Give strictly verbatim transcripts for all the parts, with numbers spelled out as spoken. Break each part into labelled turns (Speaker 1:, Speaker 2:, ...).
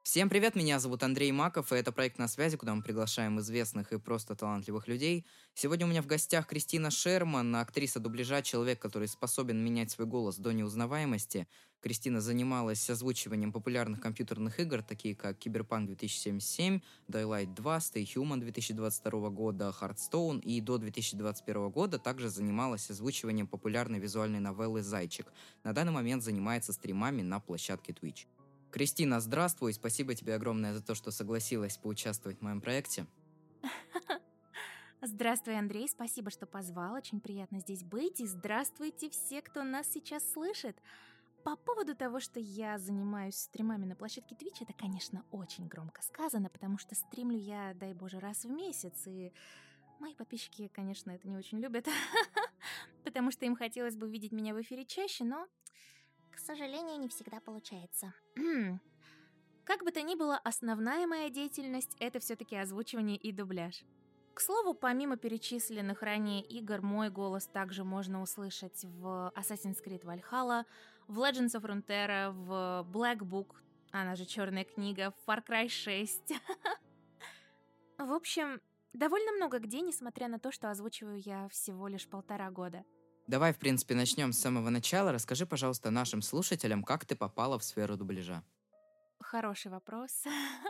Speaker 1: Всем привет, меня зовут Андрей Маков, и это проект «На связи», куда мы приглашаем известных и просто талантливых людей. Сегодня у меня в гостях Кристина Шерман, актриса дубляжа, человек, который способен менять свой голос до неузнаваемости. Кристина занималась озвучиванием популярных компьютерных игр, такие как Cyberpunk две тысячи семьдесят семь, Daylight два, Stay Human две тысячи двадцать второго года, Hearthstone, и до две тысячи двадцать первого года также занималась озвучиванием популярной визуальной новеллы «Зайчик». На данный момент занимается стримами на площадке Twitch. Кристина, здравствуй, спасибо тебе огромное за то, что согласилась поучаствовать в моем проекте.
Speaker 2: Здравствуй, Андрей, спасибо, что позвал, очень приятно здесь быть, и здравствуйте все, кто нас сейчас слышит. По поводу того, что я занимаюсь стримами на площадке Twitch, это, конечно, очень громко сказано, потому что стримлю я, дай боже, раз в месяц, и мои подписчики, конечно, это не очень любят, потому что им хотелось бы видеть меня в эфире чаще, но... К сожалению, не всегда получается. Как бы то ни было, основная моя деятельность — это все-таки озвучивание и дубляж. К слову, помимо перечисленных ранее игр, мой голос также можно услышать в Assassin's Creed Valhalla, в Legends of Runeterra, в Black Book, она же Черная книга, в Far Cry шесть. В общем, довольно много где, несмотря на то, что озвучиваю я всего лишь полтора года.
Speaker 1: Давай, в принципе, начнем с самого начала. Расскажи, пожалуйста, нашим слушателям, как ты попала в сферу дубляжа.
Speaker 2: Хороший вопрос.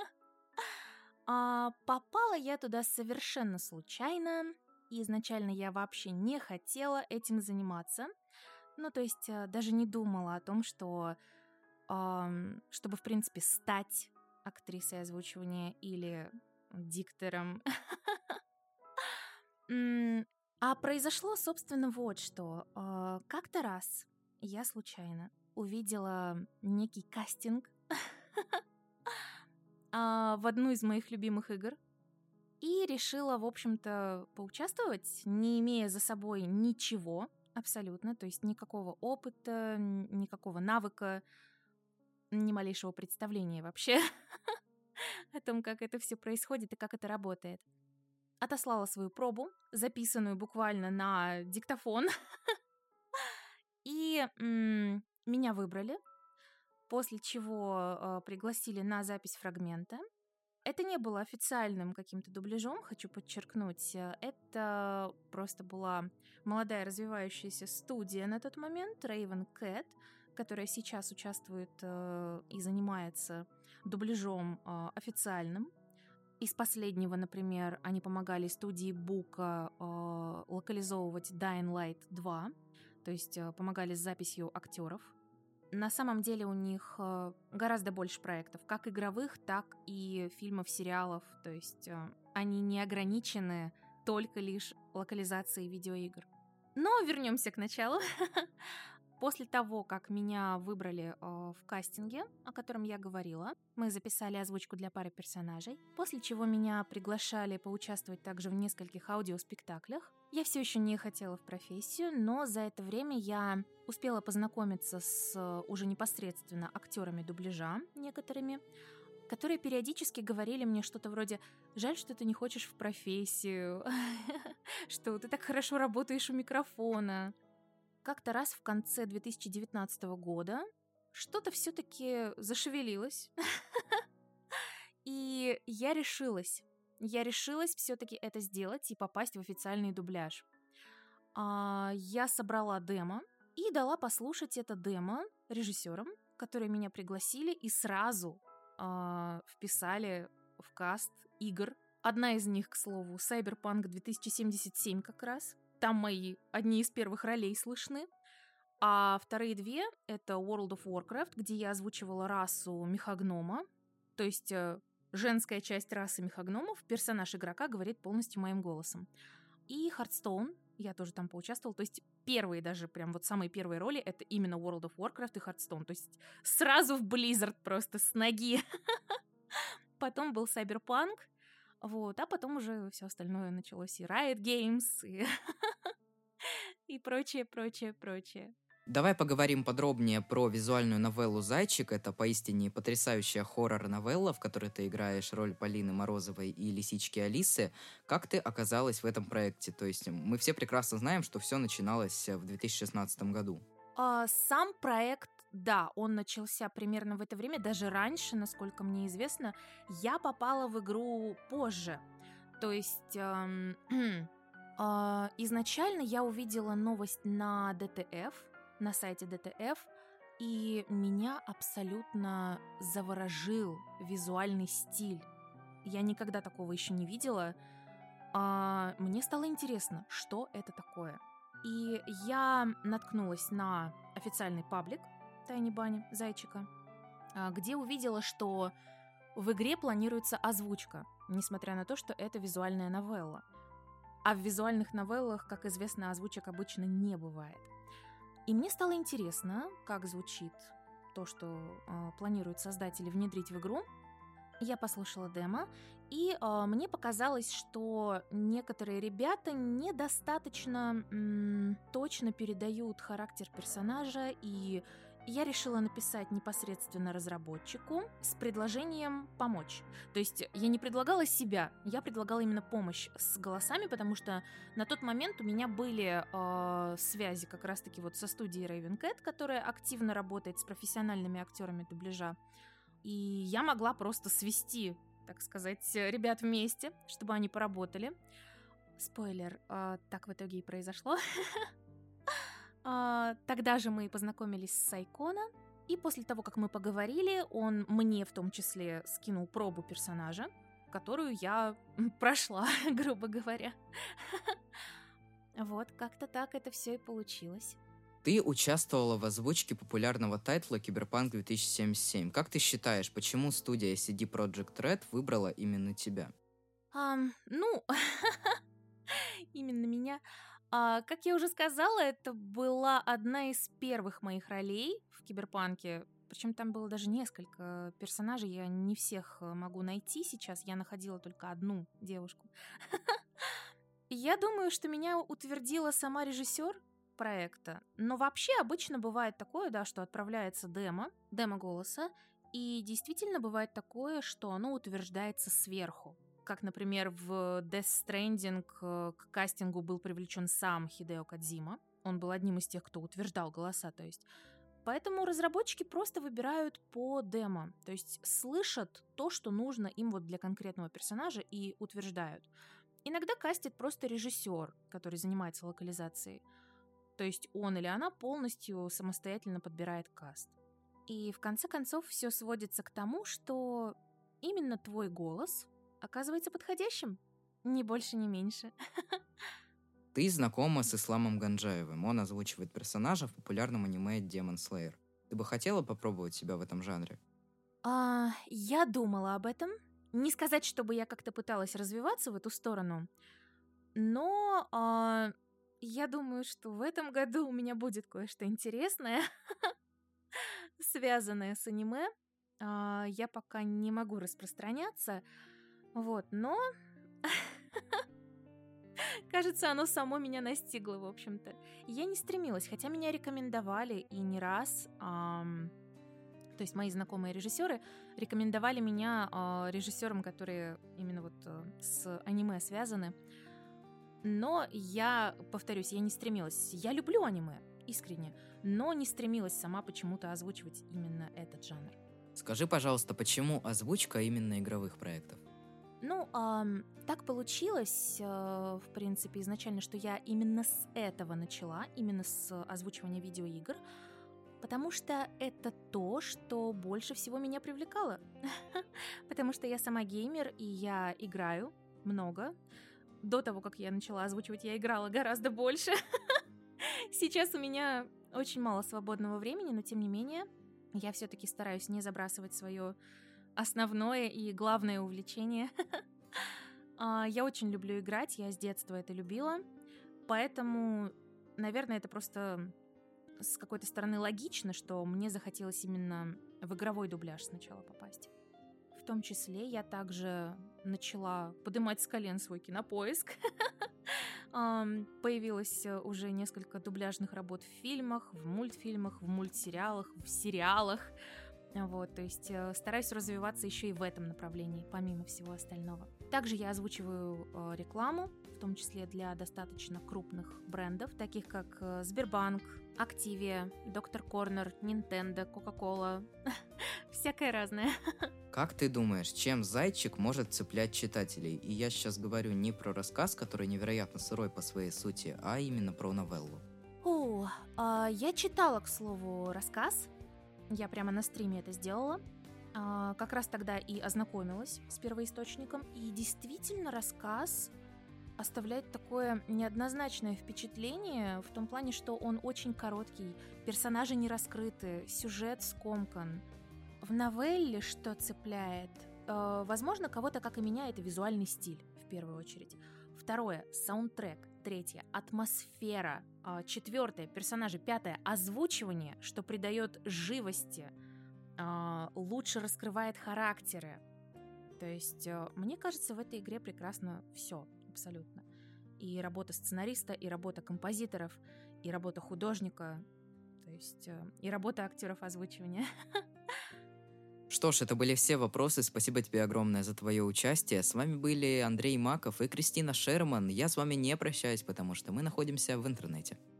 Speaker 2: а, попала я туда совершенно случайно. И изначально я вообще не хотела этим заниматься. Ну, то есть даже не думала о том, что эм, чтобы, в принципе, стать актрисой озвучивания или диктором. А произошло, собственно, вот что. Э, Как-то раз я случайно увидела некий кастинг а, в одну из моих любимых игр и решила, в общем-то, поучаствовать, не имея за собой ничего абсолютно, то есть никакого опыта, н- никакого навыка, ни малейшего представления вообще о том, как это все происходит и как это работает. Отослала свою пробу, записанную буквально на диктофон, и м, меня выбрали, после чего э, пригласили на запись фрагмента. Это не было официальным каким-то дубляжом, хочу подчеркнуть. э, Это просто была молодая развивающаяся студия на тот момент, Raven Cat, которая сейчас участвует э, и занимается дубляжом э, официальным. Из последнего, например, они помогали студии Бука э, локализовывать Dying Light два, то есть э, помогали с записью актеров. На самом деле у них э, гораздо больше проектов, как игровых, так и фильмов, сериалов, то есть э, они не ограничены только лишь локализацией видеоигр. Но вернемся к началу. После того, как меня выбрали э, в кастинге, о котором я говорила, мы записали озвучку для пары персонажей, после чего меня приглашали поучаствовать также в нескольких аудиоспектаклях. Я все еще не хотела в профессию, но за это время я успела познакомиться с э, уже непосредственно актерами дубляжа некоторыми, которые периодически говорили мне что-то вроде «Жаль, что ты не хочешь в профессию», что ты так хорошо работаешь у микрофона. Как-то раз в конце две тысячи девятнадцатого года что-то все-таки зашевелилось, и я решилась. Я решилась все-таки это сделать и попасть в официальный дубляж. А, Я собрала демо и дала послушать это демо режиссерам, которые меня пригласили и сразу а, вписали в каст игр. Одна из них, к слову, Cyberpunk две тысячи семьдесят семь как раз. Там мои одни из первых ролей слышны. А вторые две — это World of Warcraft, где я озвучивала расу мехагнома. То есть э, женская часть расы мехагномов, персонаж игрока говорит полностью моим голосом. И Hearthstone, я тоже там поучаствовала. То есть первые даже, прям вот самые первые роли — это именно World of Warcraft и Hearthstone. То есть сразу в Blizzard просто с ноги. Потом был Cyberpunk. Вот, а потом уже все остальное началось, и Riot Games, и, и прочее, прочее, прочее.
Speaker 1: Давай поговорим подробнее про визуальную новеллу «Зайчик». Это поистине потрясающая хоррор-новелла, в которой ты играешь роль Полины Морозовой и лисички Алисы. Как ты оказалась в этом проекте? То есть мы все прекрасно знаем, что все начиналось в две тысячи шестнадцатом году.
Speaker 2: А, Сам проект да, он начался примерно в это время, даже раньше, насколько мне известно. Я попала в игру позже. То есть эм, а, изначально я увидела новость на ди ти эф, на сайте ди ти эф, и меня абсолютно заворожил визуальный стиль. Я никогда такого еще не видела. А, мне стало интересно, что это такое. И я наткнулась на официальный паблик Tiny Bunny, зайчика, а, где увидела, что в игре планируется озвучка, несмотря на то, что это визуальная новелла. А в визуальных новеллах, как известно, озвучек обычно не бывает. И мне стало интересно, как звучит то, что э, планируют создатели внедрить в игру. Я послушала демо, и э, мне показалось, что некоторые ребята недостаточно м, точно передают характер персонажа, и я решила написать непосредственно разработчику с предложением помочь. То есть я не предлагала себя, я предлагала именно помощь с голосами, потому что на тот момент у меня были э, связи как раз-таки вот со студией Raven Cat, которая активно работает с профессиональными актерами дубляжа. И я могла просто свести, так сказать, ребят вместе, чтобы они поработали. Спойлер, э, так в итоге и произошло. Тогда же мы познакомились с Сайкона, и после того, как мы поговорили, он мне в том числе скинул пробу персонажа, которую я прошла, грубо говоря. Вот, как-то так это все и получилось.
Speaker 1: Ты участвовала в озвучке популярного тайтла Cyberpunk две тысячи семьдесят семь. Как ты считаешь, почему студия си ди Projekt Red выбрала именно тебя?
Speaker 2: Um, ну, именно меня. А, как я уже сказала, это была одна из первых моих ролей в Киберпанке. Причем там было даже несколько персонажей. Я не всех могу найти сейчас. Я находила только одну девушку. Я думаю, что меня утвердила сама режиссер проекта. Но вообще обычно бывает такое, да, что отправляется демо, демо голоса, и действительно бывает такое, что оно утверждается сверху. Как, например, в Death Stranding к кастингу был привлечен сам Хидео Кодзима. Он был одним из тех, кто утверждал голоса, то есть. Поэтому разработчики просто выбирают по демо, то есть слышат то, что нужно им вот для конкретного персонажа, и утверждают. Иногда кастит просто режиссер, который занимается локализацией. То есть он или она полностью самостоятельно подбирает каст. И в конце концов все сводится к тому, что именно твой голос оказывается подходящим. Ни больше, ни меньше.
Speaker 1: Ты знакома с Исламом Ганджаевым. Он озвучивает персонажа в популярном аниме Demon Slayer. Ты бы хотела попробовать себя в этом жанре?
Speaker 2: А, я думала об этом. Не сказать, чтобы я как-то пыталась развиваться в эту сторону, но а, я думаю, что в этом году у меня будет кое-что интересное, связанное с аниме. А, я пока не могу распространяться. Вот, но кажется, оно само меня настигло, в общем-то. Я не стремилась, хотя меня рекомендовали и не раз. Ам, то есть мои знакомые режиссеры рекомендовали меня а, режиссерам, которые именно вот а, с аниме связаны. Но я, повторюсь, я не стремилась. Я люблю аниме, искренне, но не стремилась сама почему-то озвучивать именно этот жанр.
Speaker 1: Скажи, пожалуйста, почему озвучка именно игровых проектов?
Speaker 2: Ну, эм, так получилось, э, в принципе, изначально, что я именно с этого начала, именно с озвучивания видеоигр, потому что это то, что больше всего меня привлекало. Потому что я сама геймер, и я играю много. До того, как я начала озвучивать, я играла гораздо больше. Сейчас у меня очень мало свободного времени, но тем не менее, я все-таки стараюсь не забрасывать свое основное и главное увлечение. Я очень люблю играть, я с детства это любила, поэтому, наверное, это просто с какой-то стороны логично, что мне захотелось именно в игровой дубляж сначала попасть. В том числе я также начала поднимать с колен свой Кинопоиск. Появилось уже несколько дубляжных работ в фильмах, в мультфильмах, в мультсериалах, в сериалах. Вот, то есть э, стараюсь развиваться еще и в этом направлении, помимо всего остального. Также я озвучиваю э, рекламу, в том числе для достаточно крупных брендов, таких как э, Сбербанк, Activia, доктор Корнер, Nintendo, Coca-Cola. Всякое разное.
Speaker 1: Как ты думаешь, чем зайчик может цеплять читателей? И я сейчас говорю не про рассказ, который невероятно сырой по своей сути, а именно про новеллу.
Speaker 2: О, а, я читала, к слову, рассказ. Я прямо на стриме это сделала. А, как раз тогда и ознакомилась с первоисточником. И действительно рассказ оставляет такое неоднозначное впечатление в том плане, что он очень короткий, персонажи не раскрыты, сюжет скомкан. В новелле что цепляет? Э, возможно, кого-то, как и меня, это визуальный стиль, в первую очередь. Второе — саундтрек. Третье — атмосфера. Э, четвертое — персонажи. Пятое — озвучивание, что придает живости, э, лучше раскрывает характеры. То есть, э, мне кажется, в этой игре прекрасно все, абсолютно. И работа сценариста, и работа композиторов, и работа художника, то есть, э, и работа актеров озвучивания.
Speaker 1: Что ж, это были все вопросы. Спасибо тебе огромное за твое участие. С вами были Андрей Маков и Кристина Шерман. Я с вами не прощаюсь, потому что мы находимся в интернете.